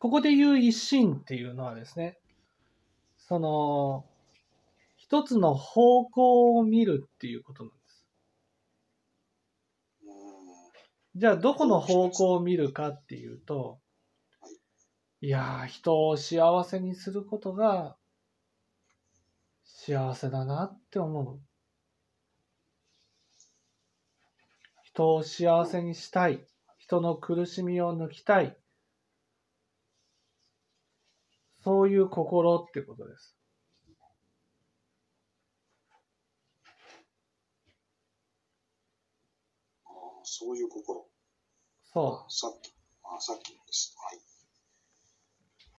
ここで言う一心っていうのはですね、一つの方向を見るっていうことなんです。じゃあ、どこの方向を見るかっていうと、いやー、人を幸せにすることが幸せだなって思う。人を幸せにしたい。人の苦しみを抜きたい。そういう心ってことです。 そういう心。 そう。 さっきのです。はい。